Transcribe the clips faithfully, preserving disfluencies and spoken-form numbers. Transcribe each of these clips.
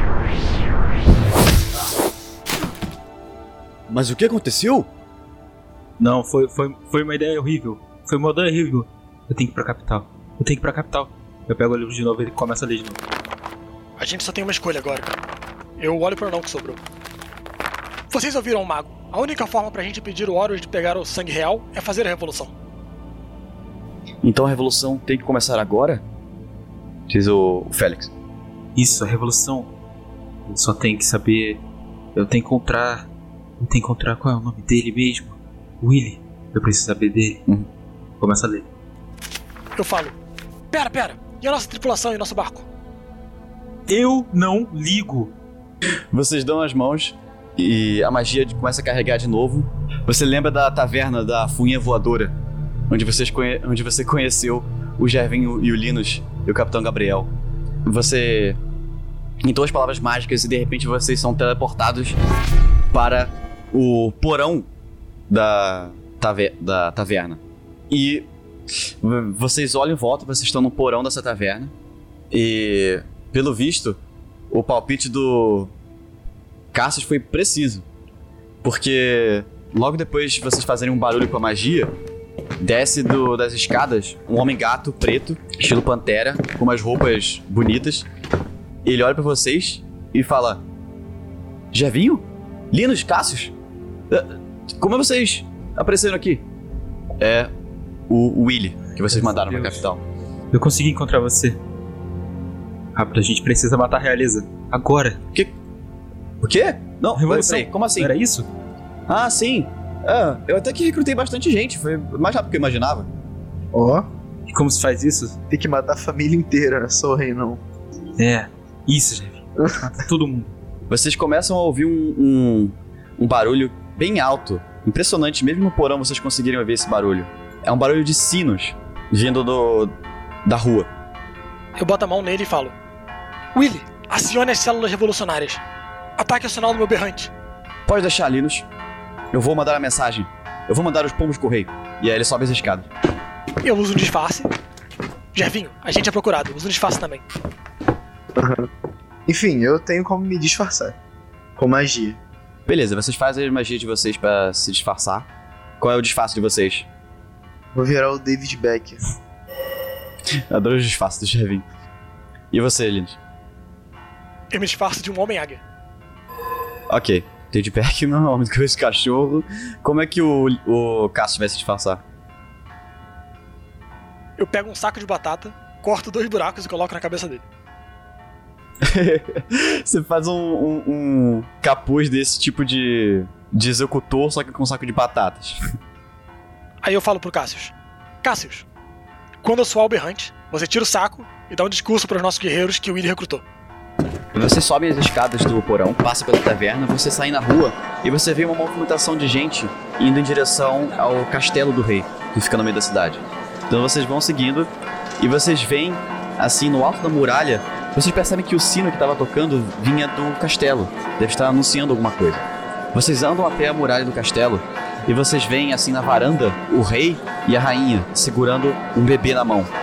Mas o que aconteceu? Não, foi, foi, foi uma ideia horrível. Foi uma ideia horrível. Eu tenho que ir pra capital. Eu tenho que ir pra capital. Eu pego o livro de novo e ele começa a ler de novo. A gente só tem uma escolha agora. Eu olho pro anão que sobrou. Vocês ouviram o mago. A única forma pra gente impedir o Horus de pegar o sangue real é fazer a revolução. Então a revolução tem que começar agora? Diz o Félix. Isso, a revolução. Eu só tenho que saber. Eu tenho que encontrar. Eu tenho que encontrar qual é o nome dele mesmo. Willy. Eu preciso saber dele. Uhum. Começa a ler. Eu falo. Pera, pera. E a nossa tripulação e nosso barco? Eu não ligo. Vocês dão as mãos e a magia começa a carregar de novo. Você lembra da taverna da Fuinha Voadora, onde, vocês conhe... onde você conheceu o Gervinho e o Linus e o Capitão Gabriel. Você entoa as palavras mágicas e de repente vocês são teleportados para o porão da, taver... da taverna. E vocês olham em volta, vocês estão no porão dessa taverna. E, pelo visto, o palpite do Cassius foi preciso. Porque logo depois de vocês fazerem um barulho com a magia, desce do, das escadas um homem-gato preto, estilo Pantera, com umas roupas bonitas. Ele olha pra vocês e fala: Gervinho? Linus? Cassius? Como vocês apareceram aqui? É o Willy, que vocês mandaram pra capital. Eu consegui encontrar você. Rápido, a gente precisa matar a realeza. Agora. Que? O quê? Não, revolução. Peraí, como assim? Não era isso? Ah, sim. Ah, eu até que recrutei bastante gente. Foi mais rápido do que eu imaginava. Ó. Oh. E como se faz isso? Tem que matar a família inteira, não é só o rei, não. É, isso, Gervinho. Mata todo mundo. Vocês começam a ouvir um, um, um barulho bem alto. Impressionante, mesmo no porão vocês conseguiram ouvir esse barulho. É um barulho de sinos vindo do, da rua. Eu boto a mão nele e falo: Willy, acione as células revolucionárias. Ataque o sinal do meu berrante. Pode deixar, Linus. Eu vou mandar a mensagem. Eu vou mandar os pombos correio. E aí ele sobe as escadas. Eu uso um disfarce. Gervinho, a gente é procurado. Usa um disfarce também. Uhum. Enfim, eu tenho como me disfarçar. Com magia. Beleza, vocês fazem a magia de vocês pra se disfarçar. Qual é o disfarce de vocês? Vou virar o David Becker. Adoro os disfarces do Gervinho. E você, Linus? Eu me disfarço de um homem-águia. Ok. David Becker não é um homem com esse cachorro. Como é que o, o Cassius vai se disfarçar? Eu pego um saco de batata, corto dois buracos e coloco na cabeça dele. Você faz um, um, um capuz desse tipo de, de executor, só que com um saco de batatas. Aí eu falo pro Cassius: Cassius, quando eu soar o berrante, você tira o saco e dá um discurso para os nossos guerreiros que o Willy recrutou. Você sobe as escadas do porão, passa pela taverna, você sai na rua e você vê uma movimentação de gente indo em direção ao castelo do rei, que fica no meio da cidade. Então vocês vão seguindo e vocês veem, assim, no alto da muralha, vocês percebem que o sino que estava tocando vinha do castelo. Deve estar anunciando alguma coisa. Vocês andam até a muralha do castelo e vocês veem, assim, na varanda, o rei e a rainha segurando um bebê na mão.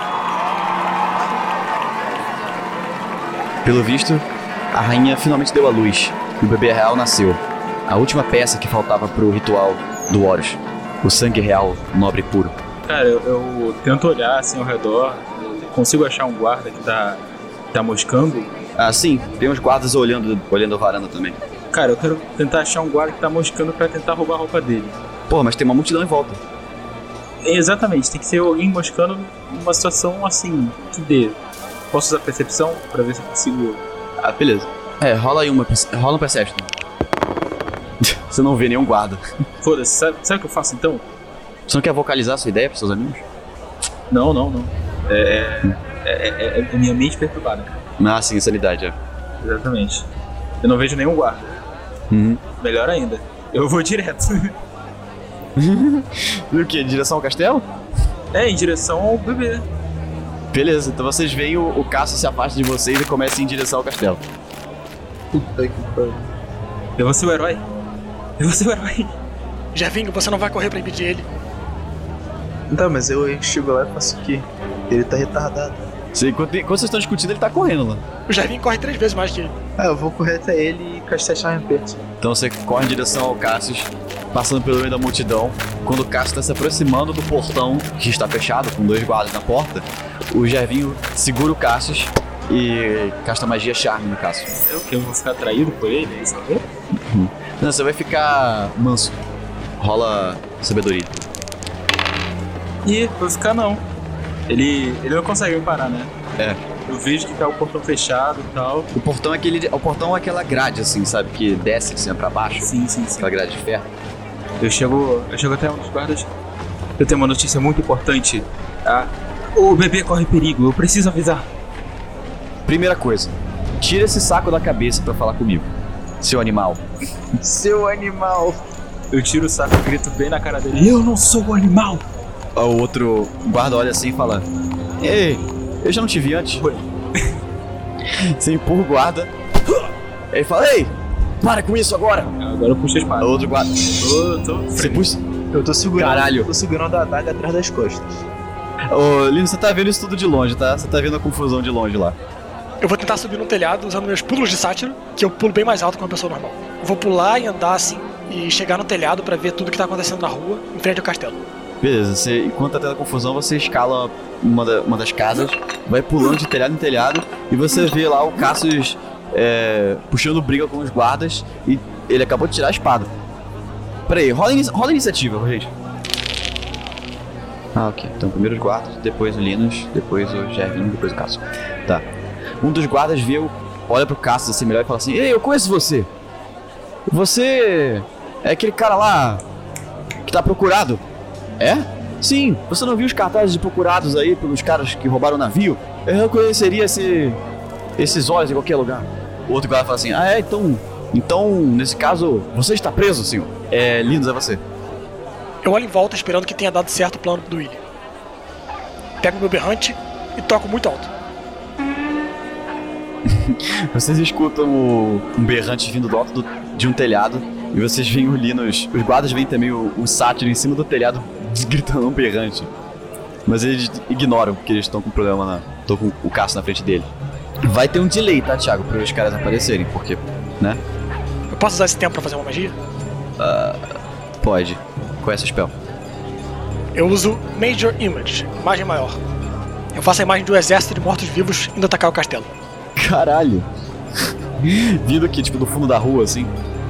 Pelo visto, a rainha finalmente deu à luz e o bebê real nasceu. A última peça que faltava pro ritual do Horus. O sangue real, nobre e puro. Cara, eu, eu tento olhar assim ao redor. Consigo achar um guarda que tá, tá moscando? Ah, sim. Tem uns guardas olhando, olhando a varanda também. Cara, eu quero tentar achar um guarda que tá moscando pra tentar roubar a roupa dele. Pô, mas tem uma multidão em volta. Exatamente, tem que ser alguém moscando numa situação assim, que dê. Posso usar percepção pra ver se eu consigo... Ah, beleza. É, rola aí uma, rola um Perception. Você não vê nenhum guarda. Foda-se, sabe, sabe o que eu faço então? Você não quer vocalizar a sua ideia pros seus amigos? Não, não, não. É, hum. é, é, é minha mente perturbada, cara. Ah, sim, insanidade, é. Exatamente. Eu não vejo nenhum guarda. Uhum. Melhor ainda, eu vou direto. O quê? Em direção ao castelo? É, em direção ao bebê. Beleza, então vocês veem o, o Cassius se afasta de vocês e começa a ir em direção ao castelo. Puta que pariu. Eu vou ser o herói. Eu vou ser o herói. Gervinho, você não vai correr pra impedir ele. Tá, mas eu chego lá e faço o quê? Ele tá retardado. Sim, enquanto, enquanto vocês estão discutindo, ele tá correndo lá. O Gervinho corre três vezes mais que ele. Ah, eu vou correr até ele e castar Charme Person. Então você corre em direção ao Cassius, passando pelo meio da multidão. Quando o Cassius está se aproximando do portão, que está fechado, com dois guardas na porta, o Gervinho segura o Cassius e casta magia charme no Cassius. Eu que eu vou ficar atraído por ele, é isso? Uhum. Não, você vai ficar manso. Rola sabedoria. Ih, vou ficar não. Ele, ele não consegue me parar, né? É. Eu vejo que tá o portão fechado e tal. O portão é aquele, o portão é aquela grade assim, sabe, que desce assim pra baixo. Sim, sim, sim. Aquela grade de ferro. Eu chego, eu chego até um dos guardas. Eu tenho uma notícia muito importante. Tá? O bebê corre perigo, eu preciso avisar. Primeira coisa, tira esse saco da cabeça pra falar comigo, seu animal. Seu animal. Eu tiro o saco e grito bem na cara dele. Eu não sou o animal. O outro guarda olha assim e fala: Ei, eu já não te vi antes. Você empurra o guarda. Ele fala: Ei, para com isso agora. Agora eu puxo a espada. O outro guarda. Tô, tô. Você puxa. Eu tô segurando. Caralho. Tô segurando a adaga atrás das costas. Ô, Lino, você tá vendo isso tudo de longe, tá? Você tá vendo a confusão de longe lá. Eu vou tentar subir no telhado usando meus pulos de sátiro, que eu pulo bem mais alto que uma pessoa normal. Eu vou pular e andar assim e chegar no telhado pra ver tudo que tá acontecendo na rua, em frente ao castelo. Beleza, você, enquanto tá tendo a confusão, você escala uma, da, uma das casas, vai pulando de telhado em telhado e você vê lá o Cassius é, puxando briga com os guardas e ele acabou de tirar a espada. Pera aí, rola, rola a iniciativa, gente. Ah, ok. Então primeiro os guardas, depois o Linus, depois o Gervinho, depois o Cassius. Tá. Um dos guardas vê o, olha pro Cassius assim melhor e fala assim: Ei, eu conheço você. Você é aquele cara lá que tá procurado. É? Sim, você não viu os cartazes de procurados aí pelos caras que roubaram o navio? Eu reconheceria esse, esses olhos em qualquer lugar. O outro guarda fala assim: Ah, é? Então, então, nesse caso, você está preso, senhor. É, Linus, é você. Eu olho em volta esperando que tenha dado certo o plano do Willy. Pego meu berrante e toco muito alto. Vocês escutam o, um berrante vindo do alto do, de um telhado e vocês veem o Linus. Os guardas veem também o, o sátiro em cima do telhado gritando um berrante. Mas eles ignoram porque eles estão com problema na. Estão com o Cassius na frente dele. Vai ter um delay, tá, Thiago? Para os caras aparecerem, porque, né? Eu posso usar esse tempo pra fazer uma magia? Uh, pode. Qual é essa spell? Eu uso Major Image, imagem maior. Eu faço a imagem de um exército de mortos-vivos indo atacar o castelo. Caralho. Vindo aqui, tipo, do fundo da rua, assim.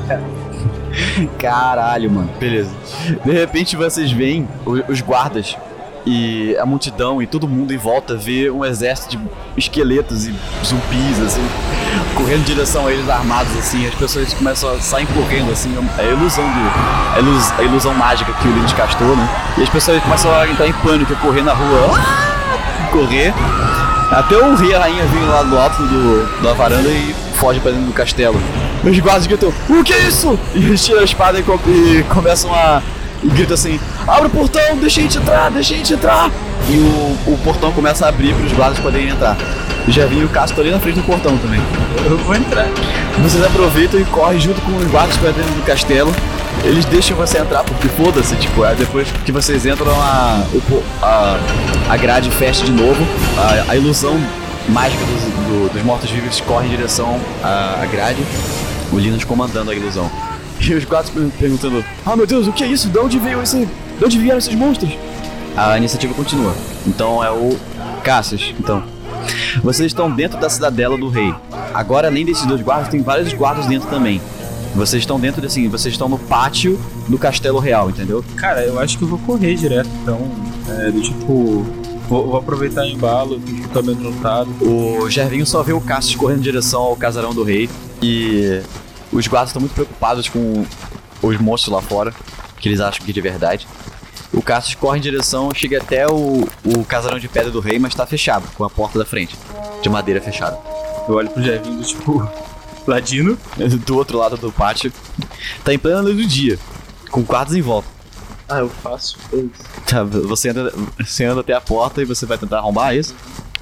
Caralho, mano. Beleza. De repente vocês veem os guardas e a multidão e todo mundo em volta vê um exército de esqueletos e zumbis, assim, correndo em direção a eles armados, assim. As pessoas começam a sair correndo, assim. É a ilusão do... A, ilus, a ilusão mágica que o Linus castou, né? E as pessoas começam a entrar em pânico, a correr na rua. Ah! Correr. Até o rei e a rainha vêm lá do alto do, da varanda e fogem pra dentro do castelo. Os guardas gritam: O que é isso? E eles tiram a espada e, com, e começam a... E gritam assim: Abre o portão, deixa a gente entrar, deixa a gente entrar. E o, o portão começa a abrir para os guardas poderem entrar. E já vinha o Cassius ali na frente do portão também. Eu vou entrar. Vocês aproveitam e correm junto com os guardas para dentro do castelo. Eles deixam você entrar porque foda-se, tipo, é depois que vocês entram a, o, a, a grade fecha de novo, a, a ilusão mágica dos, do, dos mortos-vivos corre em direção à, à grade, o Linus comandando a ilusão. E os guardas perguntando: Ah, meu Deus, o que é isso? De onde veio esse... De onde vieram esses monstros? A iniciativa continua. Então é o Cassius. Então, vocês estão dentro da cidadela do rei. Agora, além desses dois guardas, tem vários guardas dentro também. Vocês estão dentro, assim, vocês estão no pátio do castelo real, entendeu? Cara, eu acho que eu vou correr direto, então, é, do tipo, vou, vou aproveitar o embalo, que tô amedrontado. O Gervinho só vê o Cassius correndo em direção ao casarão do rei e os guardas estão muito preocupados com os monstros lá fora, que eles acham que é de verdade. O Cassius corre em direção, chega até o, o casarão de pedra do rei, mas tá fechado, com a porta da frente, de madeira fechada. Eu olho pro Gervinho do tipo... Ladino, do outro lado do pátio, tá em plena luz do dia, com guardas em volta. Ah, eu faço isso. Tá, você anda, você anda até a porta e você vai tentar arrombar isso?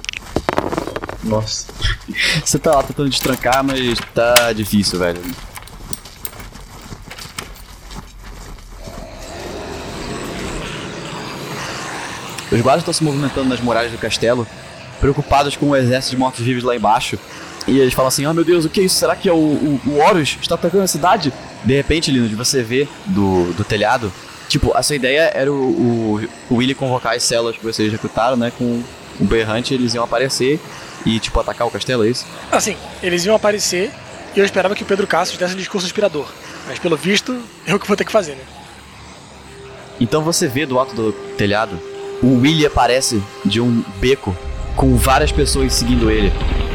Nossa. Você tá lá tentando destrancar, mas tá difícil, velho. Os guardas estão se movimentando nas muralhas do castelo, preocupados com o exército de mortos-vivos lá embaixo. E eles falam assim, oh meu Deus, o que é isso? Será que é o, o, o Horus está atacando a cidade? De repente, Linus, você vê do, do telhado, tipo, a sua ideia era o, o, o Willy convocar as células que vocês recrutaram, né, com o berrante, eles iam aparecer e, tipo, atacar o castelo, é isso? Assim, eles iam aparecer e eu esperava que o Pedro Cassius desse um discurso inspirador. Mas pelo visto, eu que vou ter que fazer, né? Então você vê do alto do telhado, o Willy aparece de um beco com várias pessoas seguindo ele.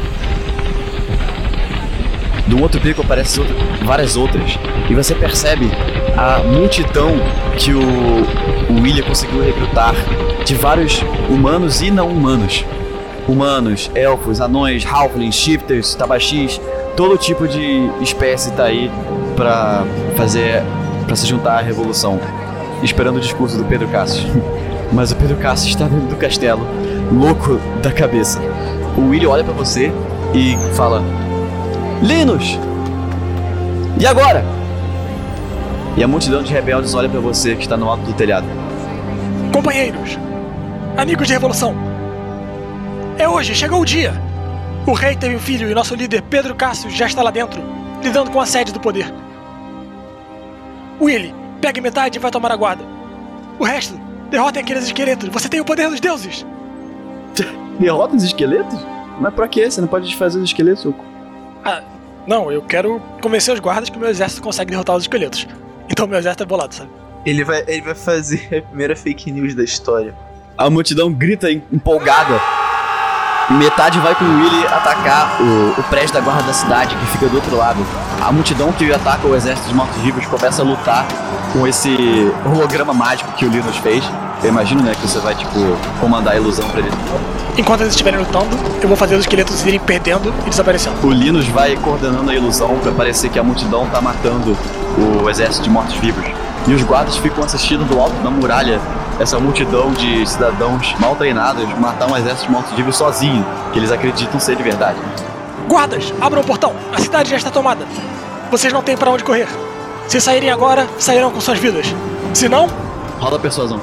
Do outro beco aparecem outra, várias outras. E você percebe a multidão que o, o William conseguiu recrutar de vários humanos e não humanos. Humanos, elfos, anões, halflings, shifters, tabachis, todo tipo de espécie tá aí pra fazer, pra se juntar à revolução. Esperando o discurso do Pedro Cassius. Mas o Pedro Cassius está dentro do castelo, louco da cabeça. O William olha pra você e fala: Linus! E agora? E a multidão de rebeldes olha pra você que está no alto do telhado. Companheiros, amigos de revolução, é hoje, chegou o dia. O rei teve um filho e nosso líder Pedro Cassius já está lá dentro, lidando com a sede do poder. Willy, pegue metade e vai tomar a guarda. O resto, derrotem aqueles esqueletos. Você tem o poder dos deuses. Derrota os esqueletos? Mas pra quê? Você não pode desfazer os esqueletos? Ah, não, eu quero convencer os guardas que o meu exército consegue derrotar os esqueletos. Então meu exército é bolado, sabe? Ele vai, ele vai fazer a primeira fake news da história. A multidão grita empolgada. Metade vai com o Willy atacar o, o prédio da guarda da cidade, que fica do outro lado. A multidão que ataca o exército de mortos-vivos começa a lutar com esse holograma mágico que o Linus fez. Eu imagino, né, que você vai, tipo, comandar a ilusão pra ele. Enquanto eles estiverem lutando, eu vou fazer os esqueletos irem perdendo e desaparecendo. O Linus vai coordenando a ilusão pra parecer que a multidão tá matando o exército de mortos-vivos. E os guardas ficam assistindo do alto da muralha essa multidão de cidadãos mal treinados matar um exército de mortos-vivos sozinho, que eles acreditam ser de verdade. Guardas, abram o portão. A cidade já está tomada. Vocês não têm pra onde correr. Se saírem agora, sairão com suas vidas. Se não... Roda a persuasão.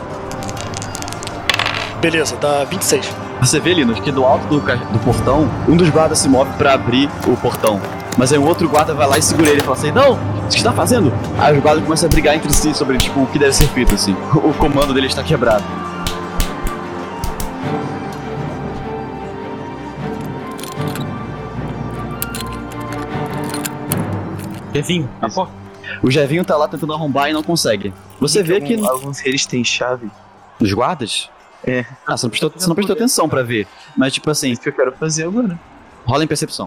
Beleza, dá vinte e seis. Você vê, Linus, que do alto do, do portão, um dos guardas se move pra abrir o portão. Mas aí um outro guarda vai lá e segura ele e fala assim, não, o que você tá fazendo? Aí os guardas começam a brigar entre si sobre, tipo, o que deve ser feito, assim. O comando dele está quebrado. Jevinho, a porta. O Jevinho tá lá tentando arrombar e não consegue. Você E vê que... algum- alguns deles têm chave. Os guardas? É. Ah, você não prestou, você não prestou atenção pra ver. Mas, tipo assim, Isso que eu quero fazer agora. rola em percepção.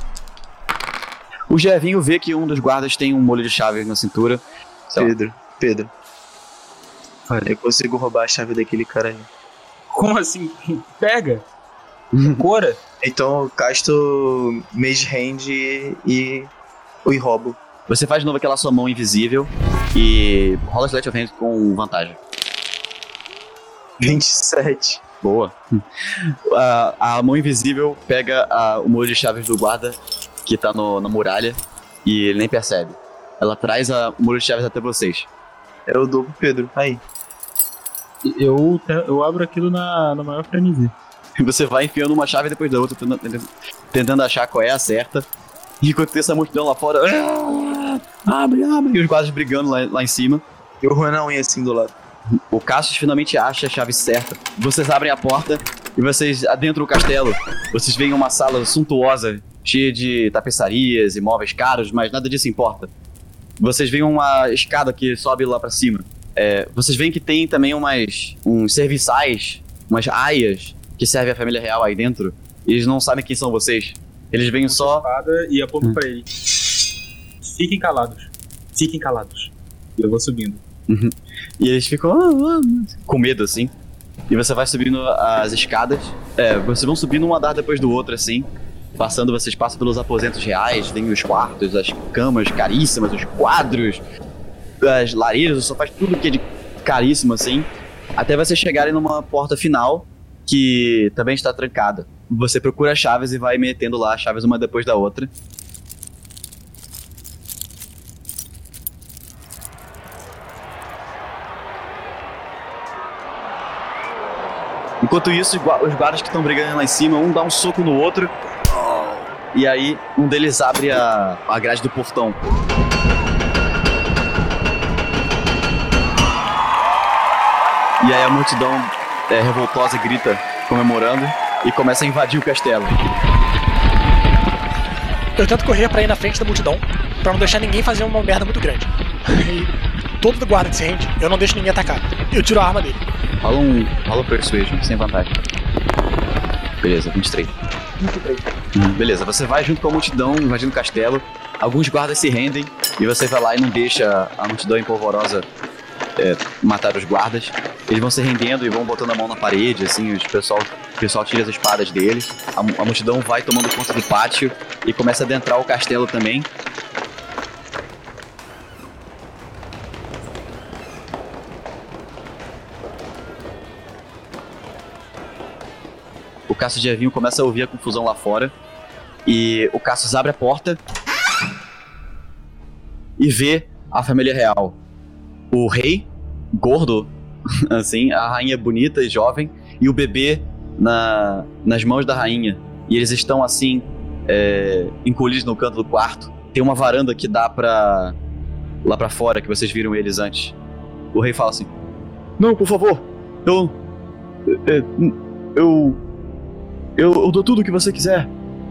O Jevinho vê que um dos guardas tem um molho de chave na cintura. Sei lá. Pedro, Pedro. Olha, Eu consigo roubar a chave daquele cara aí. como assim? Pega! Cora! Então eu casto Mage Hand e, e, e roubo. Você faz de novo aquela sua mão invisível e rola Sleight of Hand com vantagem. vinte e sete. Boa. A, a mão invisível pega a- o molho de chaves do guarda que tá no, na muralha e ele nem percebe. Ela traz a, o molho de chaves até vocês. Eu dou pro Pedro. Aí. Eu, eu abro aquilo na, na maior frenesi. E você vai enfiando uma chave depois da outra, tentando, tentando- tentando achar qual é a certa. E enquanto tem essa multidão lá fora, "Ah, abre, abre", e os guardas brigando lá, lá em cima. Eu rono a unha assim do lado. O Cassius finalmente acha a chave certa. Vocês abrem a porta e vocês adentram o castelo. Vocês veem uma sala suntuosa, cheia de tapeçarias e móveis caros, mas nada disso importa. Vocês veem uma escada que sobe lá pra cima. É, vocês veem que tem também umas uns serviçais, umas aias que servem à família real aí dentro. E eles não sabem quem são vocês. Eles veem só... Espada e aponto pra ele. Fiquem calados. Fiquem calados. E eu vou subindo. E eles ficam "Ah, ah", com medo, assim. E você vai subindo as escadas. É, vocês vão subindo um andar depois do outro, assim. Passando, vocês passam pelos aposentos reais, tem os quartos, as camas caríssimas, os quadros, as lareiras, os sofás, tudo que é de caríssimo, assim. Até vocês chegarem numa porta final, que também está trancada. Você procura as chaves e vai metendo lá as chaves uma depois da outra. Enquanto isso, os gua- os guardas que estão brigando lá em cima, um dá um soco no outro e aí um deles abre a, a grade do portão. E aí a multidão é, revoltosa grita, comemorando, e começa a invadir o castelo. Eu tento correr pra ir na frente da multidão, pra não deixar ninguém fazer uma merda muito grande. E todo guarda que se rende, eu não deixo ninguém atacar. Eu tiro a arma dele. Rola um, rola um Persuasion, sem vantagem. Beleza, vinte e três. vinte e três. Hum, beleza, você vai junto com a multidão invadindo o castelo. Alguns guardas se rendem e você vai lá e não deixa a multidão empolvorosa é, matar os guardas. Eles vão se rendendo e vão botando a mão na parede, assim, o pessoal, o pessoal tira as espadas deles. A, a multidão vai tomando conta do pátio e começa a adentrar o castelo também. O Cassius de Evinho começa a ouvir a confusão lá fora. E o Cassius abre a porta e vê a família real. O rei, gordo, assim, a rainha bonita e jovem, e o bebê na, nas mãos da rainha. E eles estão assim, é, encolhidos no canto do quarto. Tem uma varanda que dá pra... lá pra fora, que vocês viram eles antes. O rei fala assim: não, por favor, eu... Eu... Eu, eu, eu dou tudo o que você quiser.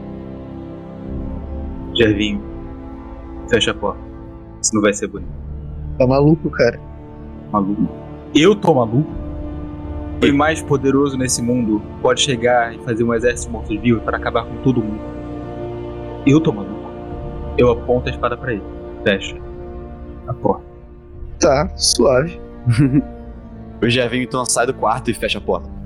Gervinho, fecha a porta. Isso não vai ser bonito. Tá maluco, cara. Maluco? Eu tô maluco? Quem mais poderoso nesse mundo pode chegar e fazer um exército de mortos-vivos para acabar com todo mundo? Eu tô maluco. Eu aponto a espada pra ele. Fecha a porta. Tá, suave. O Gervinho então sai do quarto e fecha a porta.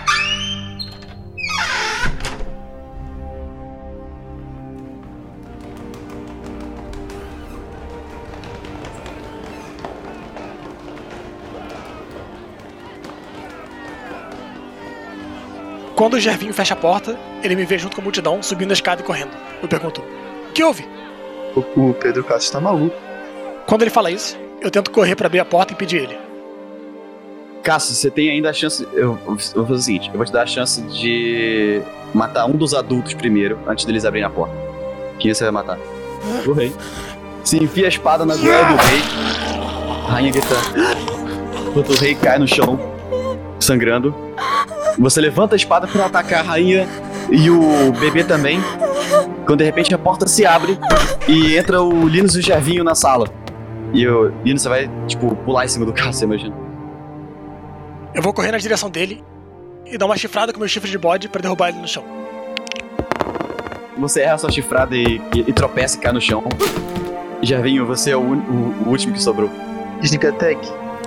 Quando o Gervinho fecha a porta, ele me vê junto com a multidão, subindo a escada e correndo. Eu pergunto: o que houve? O, o Pedro Cassius tá maluco. Quando ele fala isso, eu tento correr pra abrir a porta e impedir ele. Cassius, você tem ainda a chance... Eu, eu vou fazer o seguinte, eu vou te dar a chance de matar um dos adultos primeiro, antes deles abrirem a porta. Quem você vai matar? O rei. Se enfia a espada na goela do rei, a rainha grita, enquanto o rei cai no chão, sangrando. Você levanta a espada pra atacar a rainha e o bebê também, quando de repente a porta se abre e entra o Linus e o Gervinho na sala. E o Linus, você vai, tipo, pular em cima do Cassius, imagina. Eu vou correr na direção dele e dar uma chifrada com meu chifre de bode pra derrubar ele no chão. Você erra a sua chifrada e, e, e tropeça e cai no chão. Gervinho, você é o, o, o último que sobrou. Sneak attack.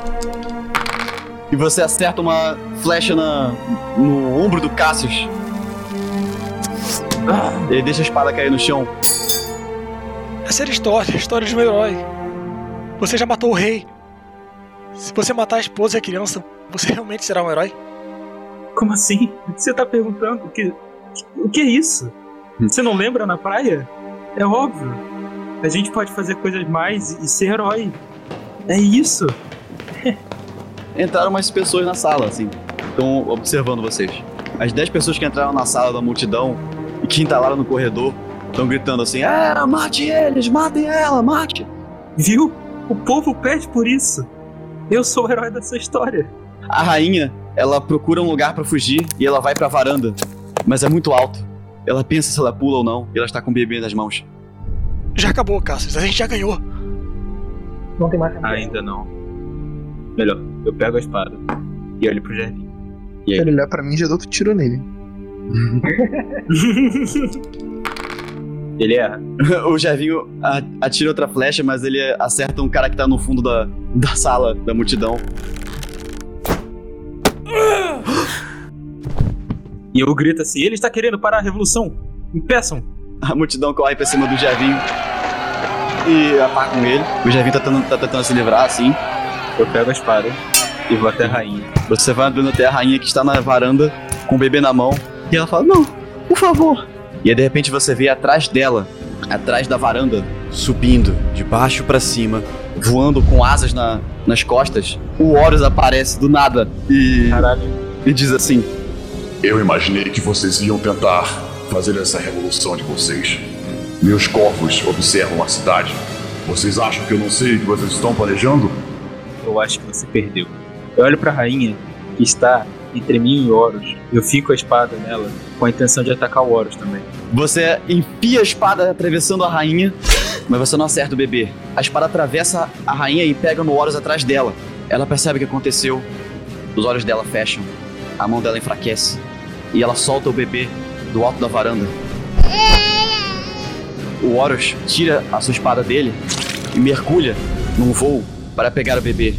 E você acerta uma flecha na, no ombro do Cassius. Ele deixa a espada cair no chão. Essa era a história, a história de um herói. Você já matou o rei. Se você matar a esposa e a criança, você realmente será um herói? Como assim? Você tá perguntando? O que, o que é isso? Você não lembra na praia? É óbvio. A gente pode fazer coisas mais e ser herói. É isso. Entraram umas pessoas na sala, assim, estão observando vocês. As dez pessoas que entraram na sala da multidão e que entalaram no corredor estão gritando assim: ah, mate eles, matem ela, mate. Viu? O povo pede por isso. Eu sou o herói dessa história. A rainha, ela procura um lugar pra fugir e ela vai pra varanda, mas é muito alto. Ela pensa se ela pula ou não e ela está com o bebê nas mãos. Já acabou, Cassius, a gente já ganhou. Não tem mais. Ainda não. Melhor, eu pego a espada e olho pro Gervinho. Se ele olhar pra mim, já dou outro tiro nele. Ele erra. O Gervinho atira outra flecha, mas ele acerta um cara que tá no fundo da, da sala, da multidão. E eu grito assim: ele está querendo parar a revolução. Impeçam. A multidão corre pra cima do Gervinho e atacam ele. O Gervinho tá tentando, tá tentando se livrar, assim. Eu pego a espada e vou até a rainha. Você vai andando até a rainha que está na varanda com o bebê na mão. E ela fala: não, por favor. E aí de repente você vê atrás dela, atrás da varanda, subindo de baixo pra cima, voando com asas na, nas costas. O Horus aparece do nada e, Caralho. e diz assim: eu imaginei que vocês iam tentar fazer essa revolução de vocês. Meus corvos observam a cidade. Vocês acham que eu não sei o que vocês estão planejando? Eu acho que você perdeu. Eu olho pra rainha, que está entre mim e Horus. Eu fico a espada nela, com a intenção de atacar o Horus também. Você enfia a espada atravessando a rainha, mas você não acerta o bebê. A espada atravessa a rainha e pega no Horus atrás dela. Ela percebe o que aconteceu, os olhos dela fecham, a mão dela enfraquece e ela solta o bebê do alto da varanda. O Horus tira a sua espada dele e mergulha num voo para pegar o bebê.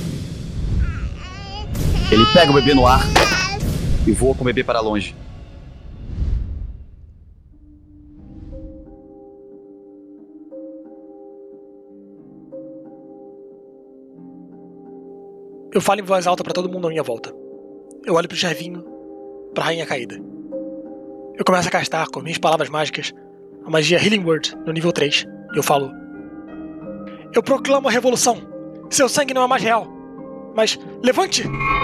Ele pega o bebê no ar e voa com o bebê para longe. Eu falo em voz alta pra todo mundo à minha volta. Eu olho pro Gervinho, pra rainha caída. Eu começo a castar com minhas palavras mágicas a magia Healing Word no nível três. E eu falo: eu proclamo a revolução. Seu sangue não é mais real. Mas levante!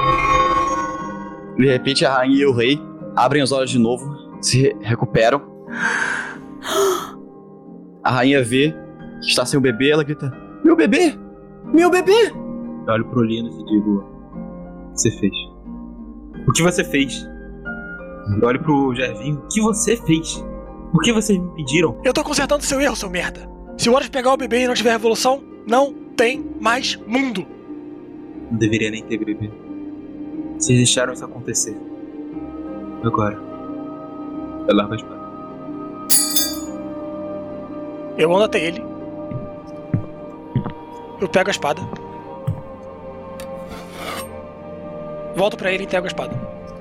De repente a rainha e o rei abrem os olhos de novo, se recuperam. A rainha vê que está sem o bebê, ela grita: meu bebê! Meu bebê! Eu olho pro Linus e digo: o que você fez? O que você fez? Eu olho pro Gervinho: o que você fez? Por que vocês me pediram? Eu tô consertando seu erro, seu merda. Se o Horus pegar o bebê e não tiver revolução, não tem mais mundo. Não deveria nem ter bebê. Vocês deixaram isso acontecer. Agora, eu largo a espada. Eu ando até ele. Eu pego a espada. Volto pra ele e entrego a espada.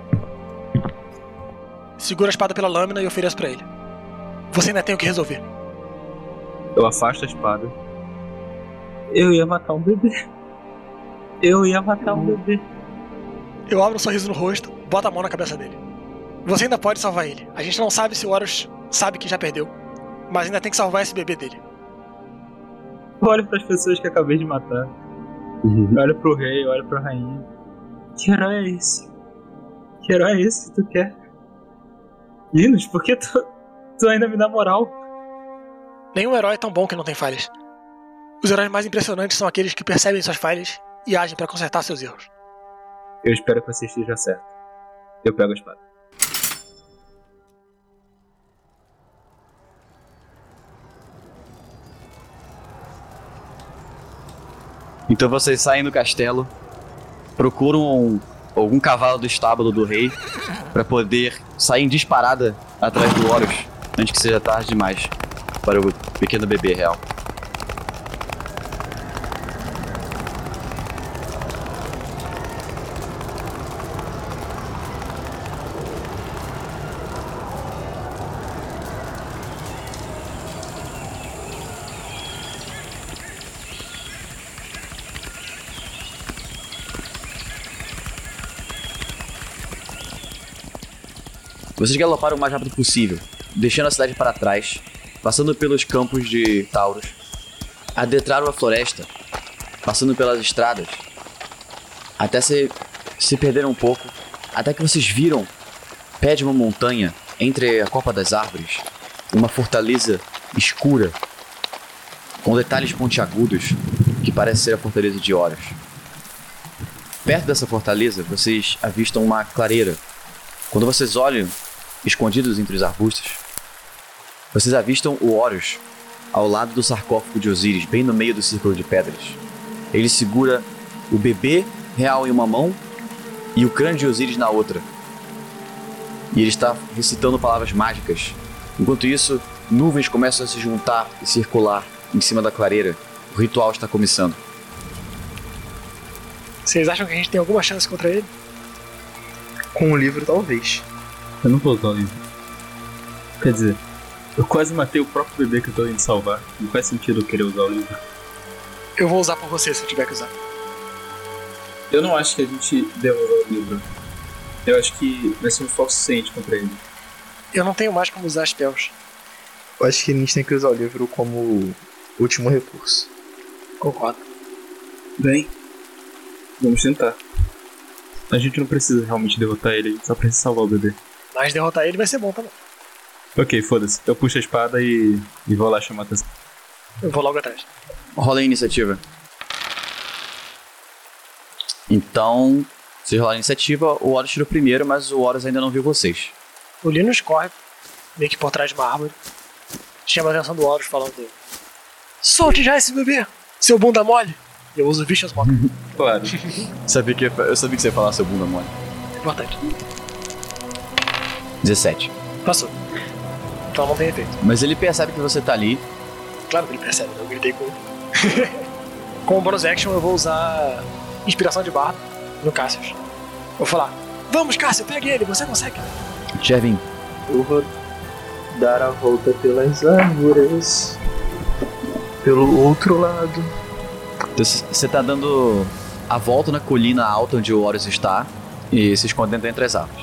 Seguro a espada pela lâmina e ofereço pra ele. Você ainda tem o que resolver. Eu afasto a espada. Eu ia matar um bebê. Eu ia matar um bebê. Eu abro um sorriso no rosto, boto a mão na cabeça dele. Você ainda pode salvar ele. A gente não sabe se o Horus sabe que já perdeu, mas ainda tem que salvar esse bebê dele. Eu olho pras pessoas que acabei de matar. Uhum. Eu olho pro rei, eu olho pra rainha. Que herói é esse? Que herói é esse que tu quer? Linus, por que tu, tu ainda me dá moral? Nenhum herói é tão bom que não tem falhas. Os heróis mais impressionantes são aqueles que percebem suas falhas e agem pra consertar seus erros. Eu espero que você esteja certo. Eu pego a espada. Então vocês saem do castelo, procuram um, algum cavalo do estábulo do rei para poder sair em disparada atrás do Horus antes que seja tarde demais para o pequeno bebê real. Vocês galoparam o mais rápido possível, deixando a cidade para trás, passando pelos campos de Taurus, adentraram a floresta, passando pelas estradas, até se, se perderam um pouco, até que vocês viram, pé de uma montanha, entre a copa das árvores, uma fortaleza escura, com detalhes pontiagudos, que parece ser a fortaleza de Horus. Perto dessa fortaleza, vocês avistam uma clareira. Quando vocês olham, escondidos entre os arbustos, vocês avistam o Horus ao lado do sarcófago de Osíris, bem no meio do círculo de pedras. Ele segura o bebê real em uma mão e o crânio de Osíris na outra. E ele está recitando palavras mágicas. Enquanto isso, nuvens começam a se juntar e circular em cima da clareira. O ritual está começando. Vocês acham que a gente tem alguma chance contra ele? Com o livro, talvez. Eu não vou usar o livro. Quer dizer, eu quase matei o próprio bebê que eu tô indo salvar. Não faz sentido eu querer usar o livro. Eu vou usar por você se eu tiver que usar. Eu não acho que a gente deva usar o livro. Eu acho que vai ser um forte suficiente contra ele. Eu não tenho mais como usar spells. Eu acho que a gente tem que usar o livro como último recurso. Concordo. Bem, vamos tentar. A gente não precisa realmente derrotar ele, a gente só precisa salvar o bebê. Mas derrotar ele vai ser bom também. Ok, foda-se. Eu puxo a espada e, e vou lá chamar a atenção. Eu vou logo atrás. Rola a iniciativa. Então, vocês rolaram a iniciativa, o Horus tirou primeiro, mas o Horus ainda não viu vocês. O Linus corre, meio que por trás de uma árvore. Chama a atenção do Horus falando: solte já esse bebê, seu bunda mole. Eu uso Vicious Mockery. Claro. Sabia que, eu sabia que você ia falar seu bunda mole. Importante. dezessete. Passou. Então não tem efeito. Mas ele percebe que você tá ali. Claro que ele percebe, né? Eu gritei com ele. Como bonus action eu vou usar Inspiração de Bardo no Cassius. Vou falar: vamos, Cassius, pegue ele, você consegue. Jervin. Eu vou dar a volta pelas árvores. Pelo outro lado. Você tá dando a volta na colina alta onde o Horus está e se escondendo entre as árvores.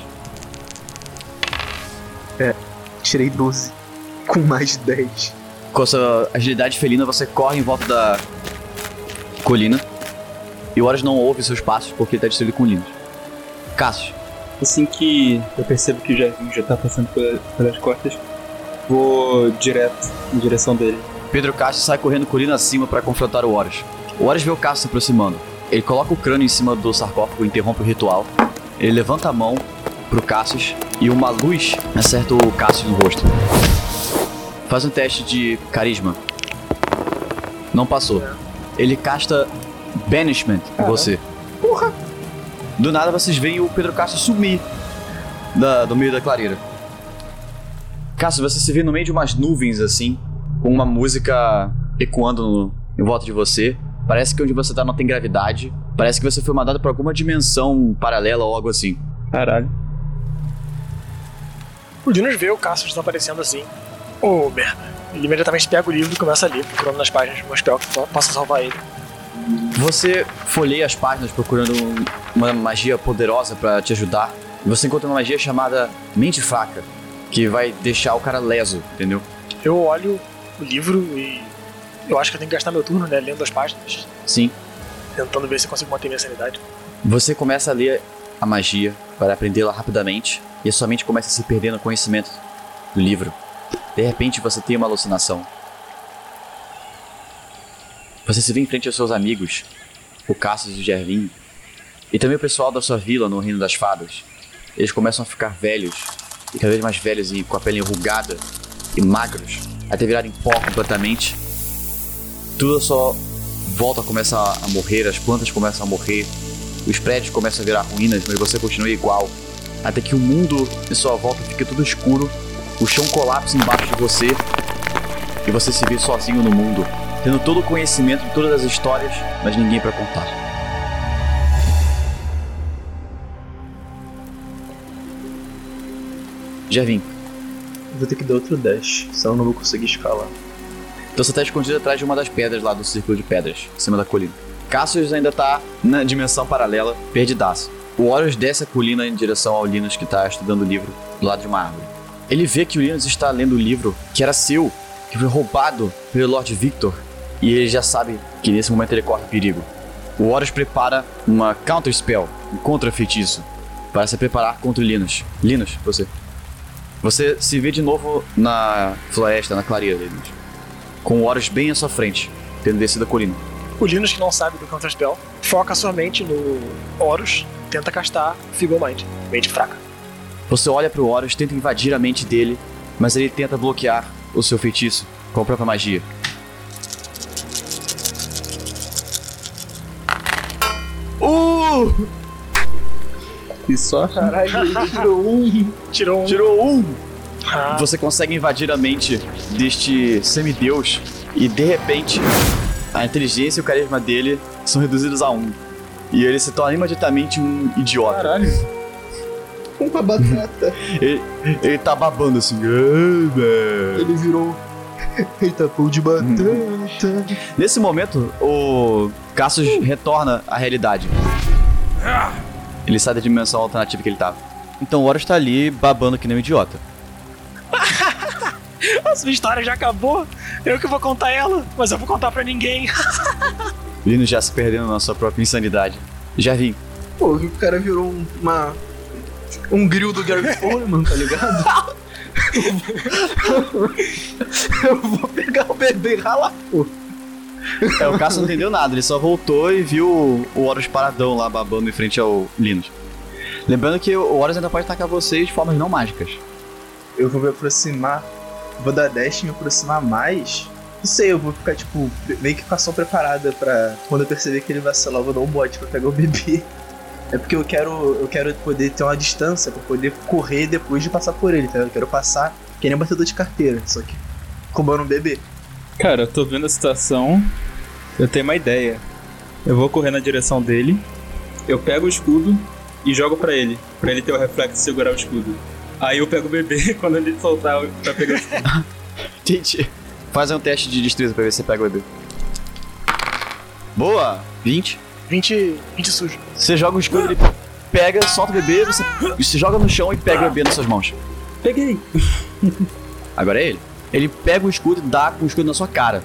É, tirei doze. Com mais de dez. Com a sua agilidade felina, você corre em volta da colina e o Horus não ouve seus passos porque ele tá distraído com Linus. Cassius. Assim que eu percebo que o Jervinho já tá passando pela- pelas costas, vou direto em direção dele. Pedro Cassius sai correndo colina acima para confrontar o Horus. O Horus vê o Cassius se aproximando. Ele coloca o crânio em cima do sarcófago e interrompe o ritual. Ele levanta a mão pro Cassius e uma luz acerta o Cassius no rosto. Faz um teste de carisma. Não passou. Ele casta Banishment em você. Porra! Do nada vocês veem o Pedro Cassius sumir da, do meio da clareira. Cassius, você se vê no meio de umas nuvens assim, com uma música ecoando no, em volta de você. Parece que onde você tá não tem gravidade. Parece que você foi mandado pra alguma dimensão paralela ou algo assim. Caralho. O Linus vê o Cassius desaparecendo assim. Oh, merda. Ele imediatamente pega o livro e começa a ler, procurando nas páginas uma spell que possa salvar ele. Você folheia as páginas procurando um- uma magia poderosa pra te ajudar. E você encontra uma magia chamada Mente Fraca, que vai deixar o cara leso, entendeu? Eu olho o livro e eu acho que eu tenho que gastar meu turno, né, lendo as páginas, Sim. tentando ver se eu consigo manter minha sanidade. Você começa a ler a magia para aprendê-la rapidamente e a sua mente começa a se perder no conhecimento do livro. De repente você tem uma alucinação. Você se vê em frente aos seus amigos, o Cassius e o Jervin, e também o pessoal da sua vila no Reino das Fadas. Eles começam a ficar velhos, e cada vez mais velhos e com a pele enrugada e magros, até virarem pó completamente. Tudo à sua volta começa a morrer, as plantas começam a morrer, os prédios começam a virar ruínas, mas você continua igual. Até que o mundo em sua volta fica tudo escuro, o chão colapsa embaixo de você e você se vê sozinho no mundo, tendo todo o conhecimento de todas as histórias, mas ninguém pra contar. Jervin, Vou ter que dar outro dash, senão eu não vou conseguir escalar. então você tá escondido atrás de uma das pedras lá do círculo de pedras, em cima da colina. Cassius ainda tá na dimensão paralela, perdidaço. O Horus desce a colina em direção ao Linus, que tá estudando o livro do lado de uma árvore. Ele vê que o Linus está lendo o livro que era seu, que foi roubado pelo Lord Victor, e ele já sabe que nesse momento ele corre perigo. O Horus prepara uma counter spell, um contra-feitiço, para se preparar contra o Linus. Linus, você. Você se vê de novo na floresta, na clareira, Linus, com o Horus bem à sua frente, tendo descido a colina. O Linus, que não sabe do Counter Spell, foca sua mente no Horus, tenta castar Feeble Mind, mente fraca. Você olha pro Horus, tenta invadir a mente dele, mas ele tenta bloquear o seu feitiço com a própria magia. Uh! E só? Caralho, ele tirou um. Tirou um. Tirou um! Ah, Você consegue invadir a mente deste semideus e de repente a inteligência e o carisma dele são reduzidos a um. E ele se torna imediatamente um idiota. Caralho. Uma batata. Ele, ele tá babando assim. "Ah, velho." Ele virou. Eita, pão de batata. Nesse momento, o Cassius retorna à realidade. Ele sai da dimensão alternativa que ele tava. Então o Horus tá ali babando que nem um idiota. a sua história já acabou. Eu que vou contar ela, mas eu vou contar pra ninguém. Linus já se perdendo na sua própria insanidade. Já vi. Pô, o cara virou um, uma. Um grill do Gary Foreman, tá ligado? Eu vou pegar o bebê e ralar, pô. É, o Cassius não entendeu nada, ele só voltou e viu o Horus paradão lá babando em frente ao Linus. Lembrando que o Horus ainda pode atacar vocês de formas não mágicas. Eu vou me aproximar, vou dar dash e me aproximar mais. Não sei, eu vou ficar tipo, meio que com a ação preparada pra quando eu perceber que ele vacilar, eu vou dar um bote pra pegar o bebê. É porque eu quero, eu quero poder ter uma distância pra poder correr depois de passar por ele, tá? Eu quero passar que nem um batedor de carteira, só que roubando um bebê. Cara, eu tô vendo a situação, eu tenho uma ideia. Eu vou correr na direção dele, eu pego o escudo e jogo pra ele, pra ele ter o reflexo de segurar o escudo. Aí eu pego o bebê quando ele soltar pra pegar o escudo. Gente, faz um teste de destreza pra ver se você pega o bebê. Boa! vinte. vinte, vinte sujo. Você joga o escudo, ele pega, solta o bebê, você, você joga no chão e pega o bebê nas suas mãos. Peguei! Agora é ele. Ele pega o escudo e dá com o escudo na sua cara.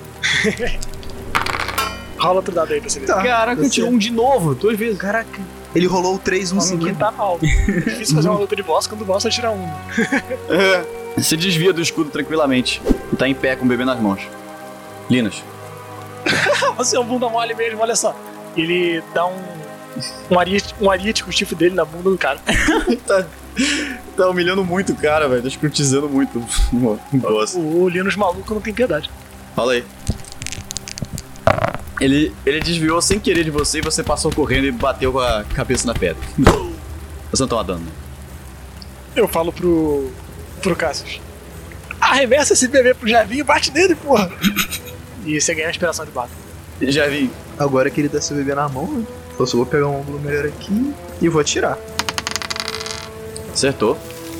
Rola outro dado aí pra você ver. Tá. Caraca, eu tirei um de novo, duas vezes. Caraca, ele rolou o três, um Ninguém seguido. tá mal. É difícil fazer uma luta de boss quando o boss só tira um. É. Você desvia do escudo tranquilamente e tá em pé com o bebê nas mãos. Linus. Você é um bunda mole mesmo, olha só. Ele dá um. Um ariete, um ariete com o chifre dele na bunda do cara. tá, tá humilhando muito o cara, velho. Tá escrutizando muito o boss. O, o Linus maluco não tem piedade. Fala aí. Ele, ele desviou sem querer de você e você passou correndo e bateu com a cabeça na pedra. Você não toma dano, né? Eu falo pro. pro Cassius. Arremessa esse bebê pro Javinho e bate nele, porra! E você ganha a inspiração de bata. Já vi. Agora que ele dá seu bebê na mão, né? Eu só vou pegar um ângulo melhor aqui e vou atirar. Acertou.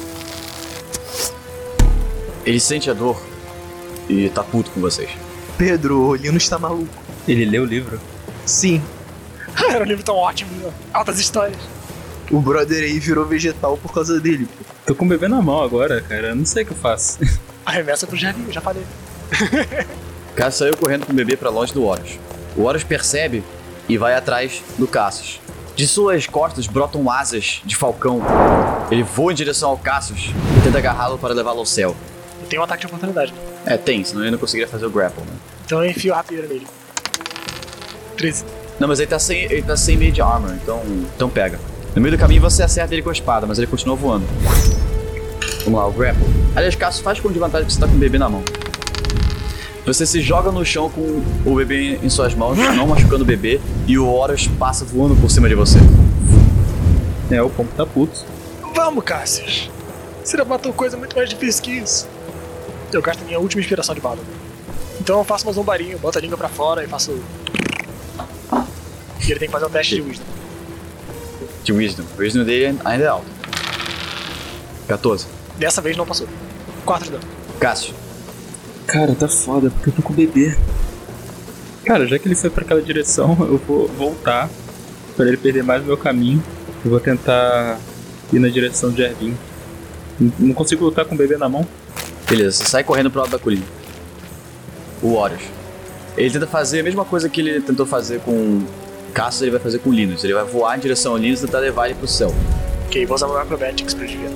Ele sente a dor e tá puto com vocês. Pedro, o Linus tá maluco. Ele leu o livro? Sim, Era um livro tão ótimo, meu. Altas histórias. o brother aí virou vegetal por causa dele, pô. Tô com o bebê na mão agora, cara. Eu não sei o que eu faço. Arremessa pro Javinho, já falei. O Cassius saiu correndo com o bebê pra longe do Horus. O Horus percebe e vai atrás do Cassius. De suas costas brotam asas de falcão. Ele voa em direção ao Cassius e tenta agarrá-lo para levá-lo ao céu. Eu tenho um ataque de oportunidade, né? É, tem, senão ele não conseguiria fazer o grapple, né? Então eu enfio a rapieira nele. treze. Não, mas ele tá sem, ele tá sem mage armor, então, então pega. No meio do caminho você acerta ele com a espada, mas ele continua voando. Vamos lá, o grapple. Aliás, Cassius, faz com de vantagem que você tá com o bebê na mão. Você se joga no chão com o bebê em suas mãos, não machucando o bebê, e o Horus passa voando por cima de você. É, o pombo tá puto. Vamos, Cassius. Você já matou coisa muito mais difícil que isso. Eu gasto minha última inspiração de bala. Então eu faço uma zombarinho, boto a língua pra fora e faço. E ele tem que fazer um teste de wisdom. De Wisdom. O Wisdom dele ainda é alto. quatorze. Dessa vez não passou. quatro de dano. Cassius. Cara, tá foda, porque eu tô com o bebê. Cara, já que ele foi pra aquela direção, eu vou voltar pra ele perder mais o meu caminho. Eu vou tentar ir na direção de Ervin. Não consigo lutar com o bebê na mão. Beleza, você sai correndo pro lado da colina. O Horus. Ele tenta fazer a mesma coisa que ele tentou fazer com Cassius, ele vai fazer com o Linus. Ele vai voar em direção ao Linus e tentar levar ele pro céu. Ok, vou usar meu Acrobatics pra desviar.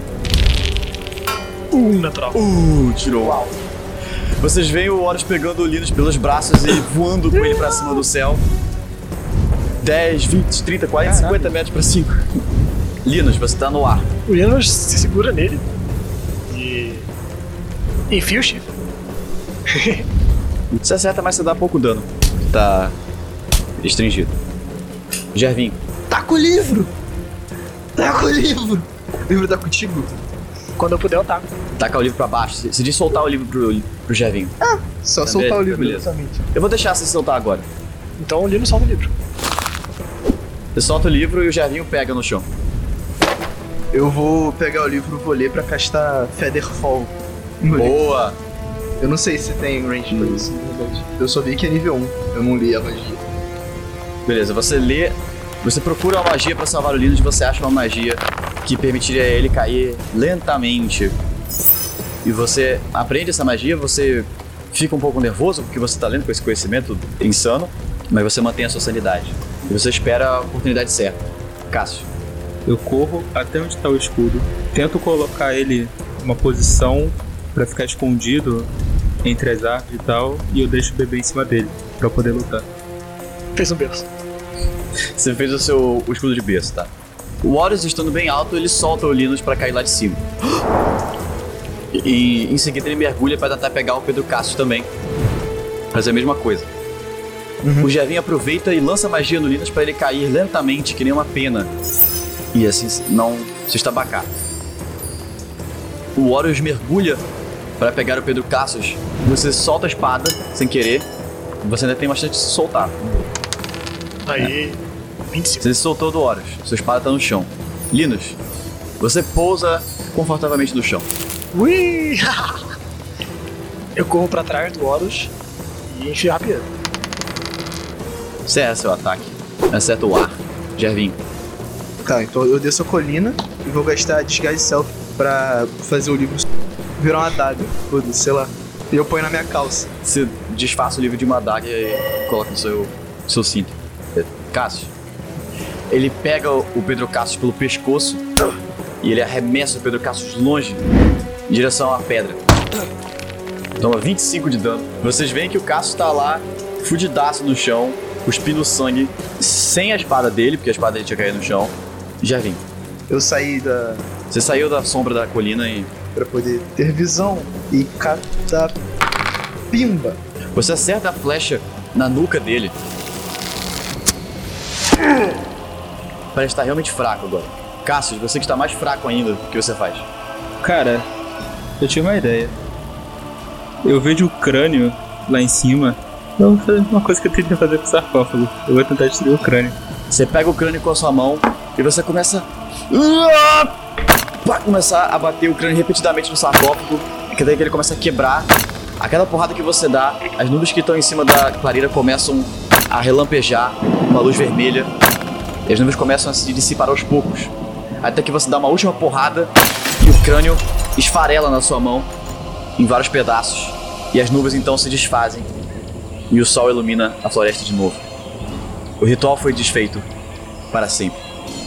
Um natural. Uh, tirou. Uau. Vocês veem o Horus pegando o Linus pelos braços e voando com ele pra cima do céu. dez, vinte, trinta, quarenta, cinquenta metros pra cima. Linus, você tá no ar. O Linus se segura nele e enfia o chifre. Você acerta, mas você dá pouco dano. Tá restringido. Gervinho. Taca o livro! Taca o livro! O livro tá contigo? Quando eu puder, eu taco. Taca o livro pra baixo. Você diz soltar o livro pro, pro Gervinho. Ah, só Tá soltar beleza, o livro, beleza. exatamente. Eu vou deixar você soltar agora. Então o Linus solta o livro. Você solta o livro e o Gervinho pega no chão. Eu vou pegar o livro e vou ler pra castar Featherfall. no livro. Boa! Eu não sei se tem range pra isso, na verdade. Eu só vi que é nível um. Eu não li a magia. Beleza, você lê. Você procura uma magia pra salvar o Linus e você acha uma magia que permitiria ele cair lentamente. E você aprende essa magia, você fica um pouco nervoso porque você tá lendo com esse conhecimento insano, mas você mantém a sua sanidade. E você espera a oportunidade certa. Cassius. Eu corro até onde tá o escudo, tento colocar ele numa posição pra ficar escondido entre as árvores e tal, e eu deixo o bebê em cima dele, pra poder lutar. Fez um berço. Você fez o seu o escudo de berço, tá? O Horus, estando bem alto, ele solta o Linus pra cair lá de cima. E em seguida ele mergulha pra tentar pegar o Pedro Cassius também. Fazer a mesma coisa. Uhum. O Gervinho aproveita e lança magia no Linus pra ele cair lentamente, que nem uma pena. E assim não se estabacar. O Horus mergulha pra pegar o Pedro Cassius. Você solta a espada sem querer. Você ainda tem bastante de se soltar. Aí, vinte e cinco. Você se soltou do Horus. Sua espada tá no chão. Linus, você pousa confortavelmente no chão. Ui! Eu corro pra trás do Horus e enfio a rapieira. Você erra seu ataque. Acerta o ar. Gervinho. Tá, então eu desço a colina e vou gastar Disguise Self pra fazer o livro virar uma adaga. Foda-se, sei lá. E eu ponho na minha calça. Você desfaça o livro de uma adaga e coloca no seu, seu cinto. Cassius. Ele pega o Pedro Cassius pelo pescoço e ele arremessa o Pedro Cassius longe em direção à pedra. Toma vinte e cinco de dano. Vocês veem que o Cassius tá lá, fudidaço no chão, cuspindo sangue, sem a espada dele, porque a espada dele tinha caído no chão. Gervinho. Eu saí da... Você saiu da sombra da colina e... pra poder ter visão e catar... Pimba! Você acerta a flecha na nuca dele. Parece estar realmente fraco agora. Cassius, você que está mais fraco ainda, o que você faz? Cara, eu tinha uma ideia. Eu vejo o crânio lá em cima. Eu vou fazer uma coisa que eu tentei fazer com o sarcófago. Eu vou tentar destruir o crânio. Você pega o crânio com a sua mão e você começa a começar a bater o crânio repetidamente no sarcófago, que daí que ele começa a quebrar. A cada porrada que você dá, as nuvens que estão em cima da clareira começam a relampejar, uma luz vermelha, e as nuvens começam a se dissipar aos poucos, até que você dá uma última porrada e o crânio esfarela na sua mão em vários pedaços, e as nuvens então se desfazem e o sol ilumina a floresta de novo. O ritual foi desfeito para sempre.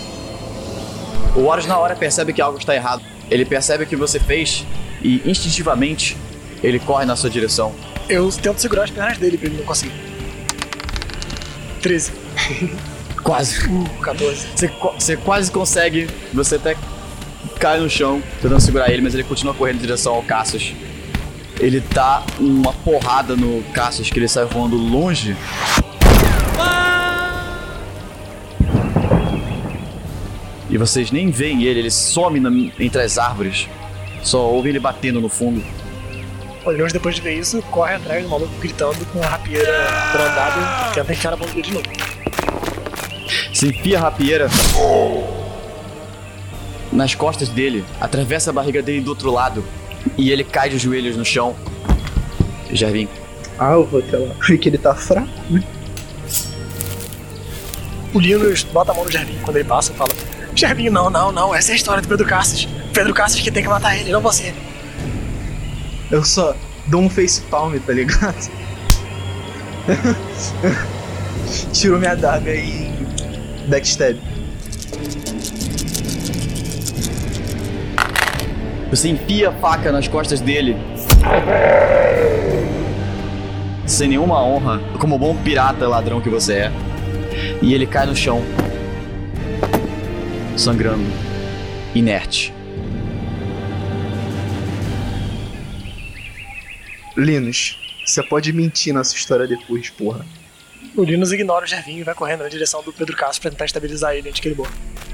O Horus na hora percebe que algo está errado. Ele percebe o que você fez e instintivamente ele corre na sua direção. Eu tento segurar as pernas dele pra ele não conseguir. treze. Quase. Uh, quatorze. Você, você quase consegue, você até cai no chão tentando segurar ele, mas ele continua correndo em direção ao Cassius. Ele dá uma porrada no Cassius que ele sai voando longe. E vocês nem veem ele, ele some na, entre as árvores. Só ouvem ele batendo no fundo. O Linus, depois de ver isso, corre atrás do maluco gritando com a rapieira brandada e tenta enfiar a mão dele de novo. Você enfia a rapieira nas costas dele, atravessa a barriga dele do outro lado e ele cai de joelhos no chão. Gervinho. Ah, eu vou até lá. Porque ele tá fraco, né? O Linus bota a mão no Gervinho quando ele passa e fala: Gervinho, não, não, não, essa é a história do Pedro Cassius. Pedro Cassius que tem que matar ele, não você. Eu só dou um facepalm, tá ligado? Tiro minha adaga e backstab. Você enfia a faca nas costas dele. Sem nenhuma honra, como bom pirata ladrão que você é. E ele cai no chão, sangrando, inerte. Linus, você pode mentir nessa história depois, porra. O Linus ignora o Gervinho e vai correndo na direção do Pedro Cassius pra tentar estabilizar ele antes que ele morra.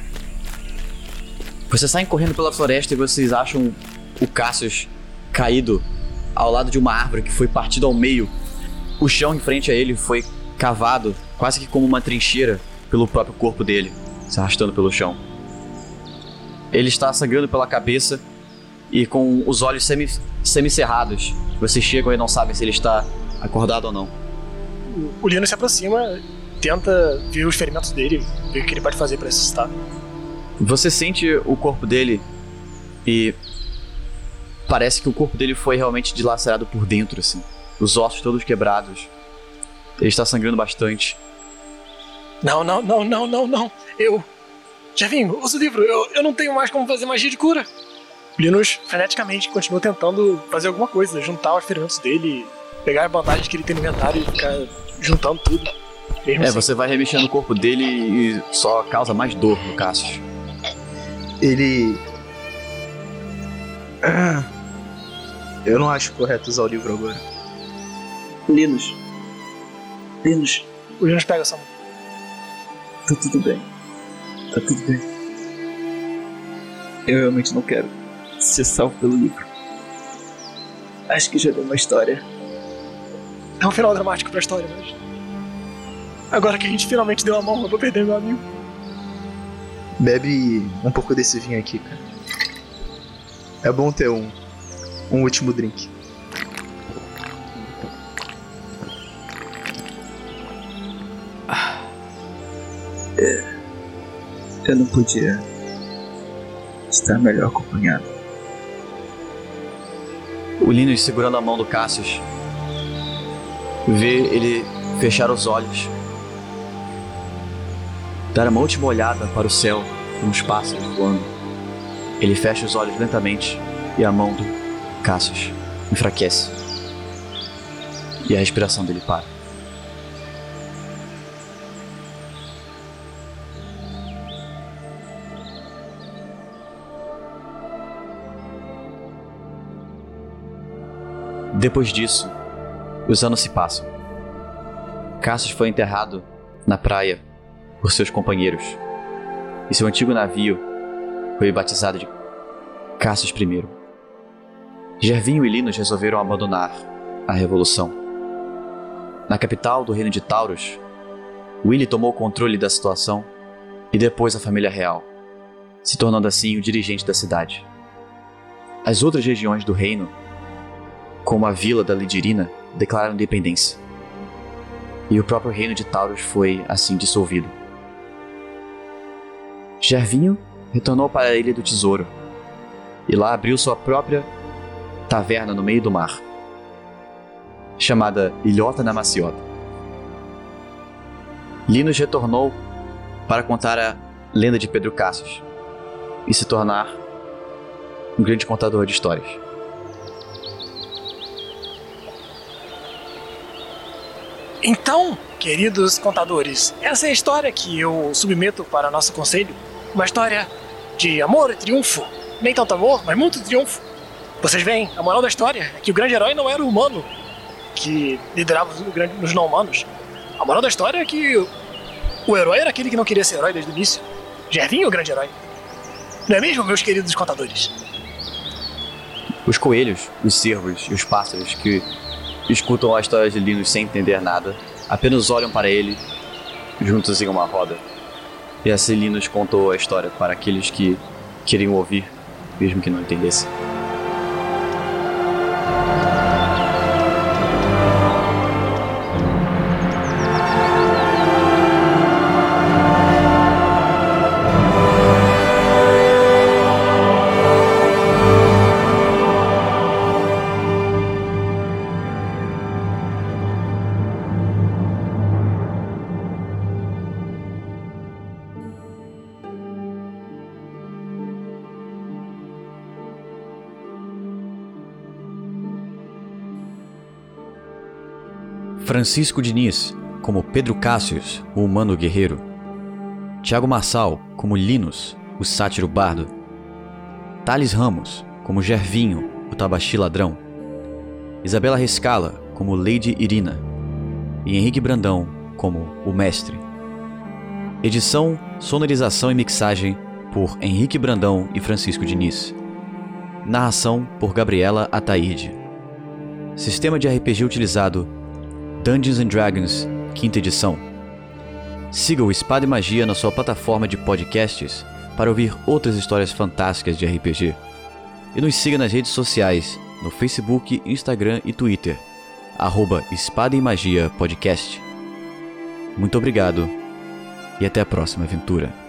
Vocês saem correndo pela floresta e vocês acham o Cassius caído ao lado de uma árvore que foi partida ao meio. O chão em frente a ele foi cavado, quase que como uma trincheira, pelo próprio corpo dele, se arrastando pelo chão. Ele está sangrando pela cabeça e com os olhos semi, semicerrados. Vocês chegam e não sabem se ele está acordado ou não. O Linus se aproxima, tenta ver os ferimentos dele, ver o que ele pode fazer para ressuscitar. Você sente o corpo dele e parece que o corpo dele foi realmente dilacerado por dentro, assim. Os ossos todos quebrados. Ele está sangrando bastante. Não, não, não, não, não, não. Eu... Gervinho, usa o livro. Eu, eu não tenho mais como fazer magia de cura. Linus freneticamente continua tentando fazer alguma coisa, juntar os ferimentos dele, pegar as bandagens que ele tem no inventário e ficar juntando tudo. Mesmo É, assim. você vai remexendo o corpo dele e só causa mais dor no Cassius. Ele... Ah, eu não acho correto usar o livro agora. Linus. Linus, O Linus pega essa mão. tá tudo bem. Tá tudo bem. Eu realmente não quero ser salvo pelo livro. Acho que já deu uma história. É um final dramático pra história, mas... Agora que a gente finalmente deu a mão, eu vou perder meu amigo. Bebe um pouco desse vinho aqui, cara. É bom ter um, um último drink. Eu não podia estar melhor acompanhado. O Linus segurando a mão do Cassius vê ele fechar os olhos, dar uma última olhada para o céu com os pássaros voando. Ele fecha os olhos lentamente e a mão do Cassius enfraquece e a respiração dele para. Depois disso, os anos se passam. Cassius foi enterrado na praia por seus companheiros, e seu antigo navio foi batizado de Cassius I. Gervinho e Linus resolveram abandonar a revolução. Na capital do reino de Taurus, Willy tomou o controle da situação e depois a família real, se tornando assim o dirigente da cidade. As outras regiões do reino, como a vila da Lidirina, declararam independência. E o próprio reino de Taurus foi, assim, dissolvido. Gervinho retornou para a Ilha do Tesouro, e lá abriu sua própria taverna no meio do mar, chamada Ilhota na Maciota. Linus retornou para contar a lenda de Pedro Cassius e se tornar um grande contador de histórias. Então, queridos contadores, essa é a história que eu submeto para nosso conselho. Uma história de amor e triunfo. Nem tanto amor, mas muito triunfo. Vocês veem, a moral da história é que o grande herói não era o humano que liderava os, grande, os não-humanos. A moral da história é que o, o herói era aquele que não queria ser herói desde o início. Gervinho é o grande herói. Não é mesmo, meus queridos contadores? Os coelhos, os cervos e os pássaros que escutam a história de Linus sem entender nada, apenas olham para ele, juntos em uma roda. E assim Linus contou a história para aqueles que queriam ouvir, mesmo que não entendessem. Francisco Diniz, como Pedro Cassius, o humano guerreiro. Thiago Marçal, como Linus, o sátiro bardo. Thales Ramos, como Gervinho, o tabaxi ladrão. Isabela Rescala, como Lady Irina. E Henrique Brandão, como o mestre. Edição, sonorização e mixagem por Henrique Brandão e Francisco Diniz. Narração por Gabriela Ataíde. Sistema de R P G utilizado: Dungeons and Dragons, quinta edição. Siga o Espada e Magia na sua plataforma de podcasts para ouvir outras histórias fantásticas de R P G. E nos siga nas redes sociais, no Facebook, Instagram e Twitter, arroba Espada e Magia Podcast. Muito obrigado e até a próxima aventura.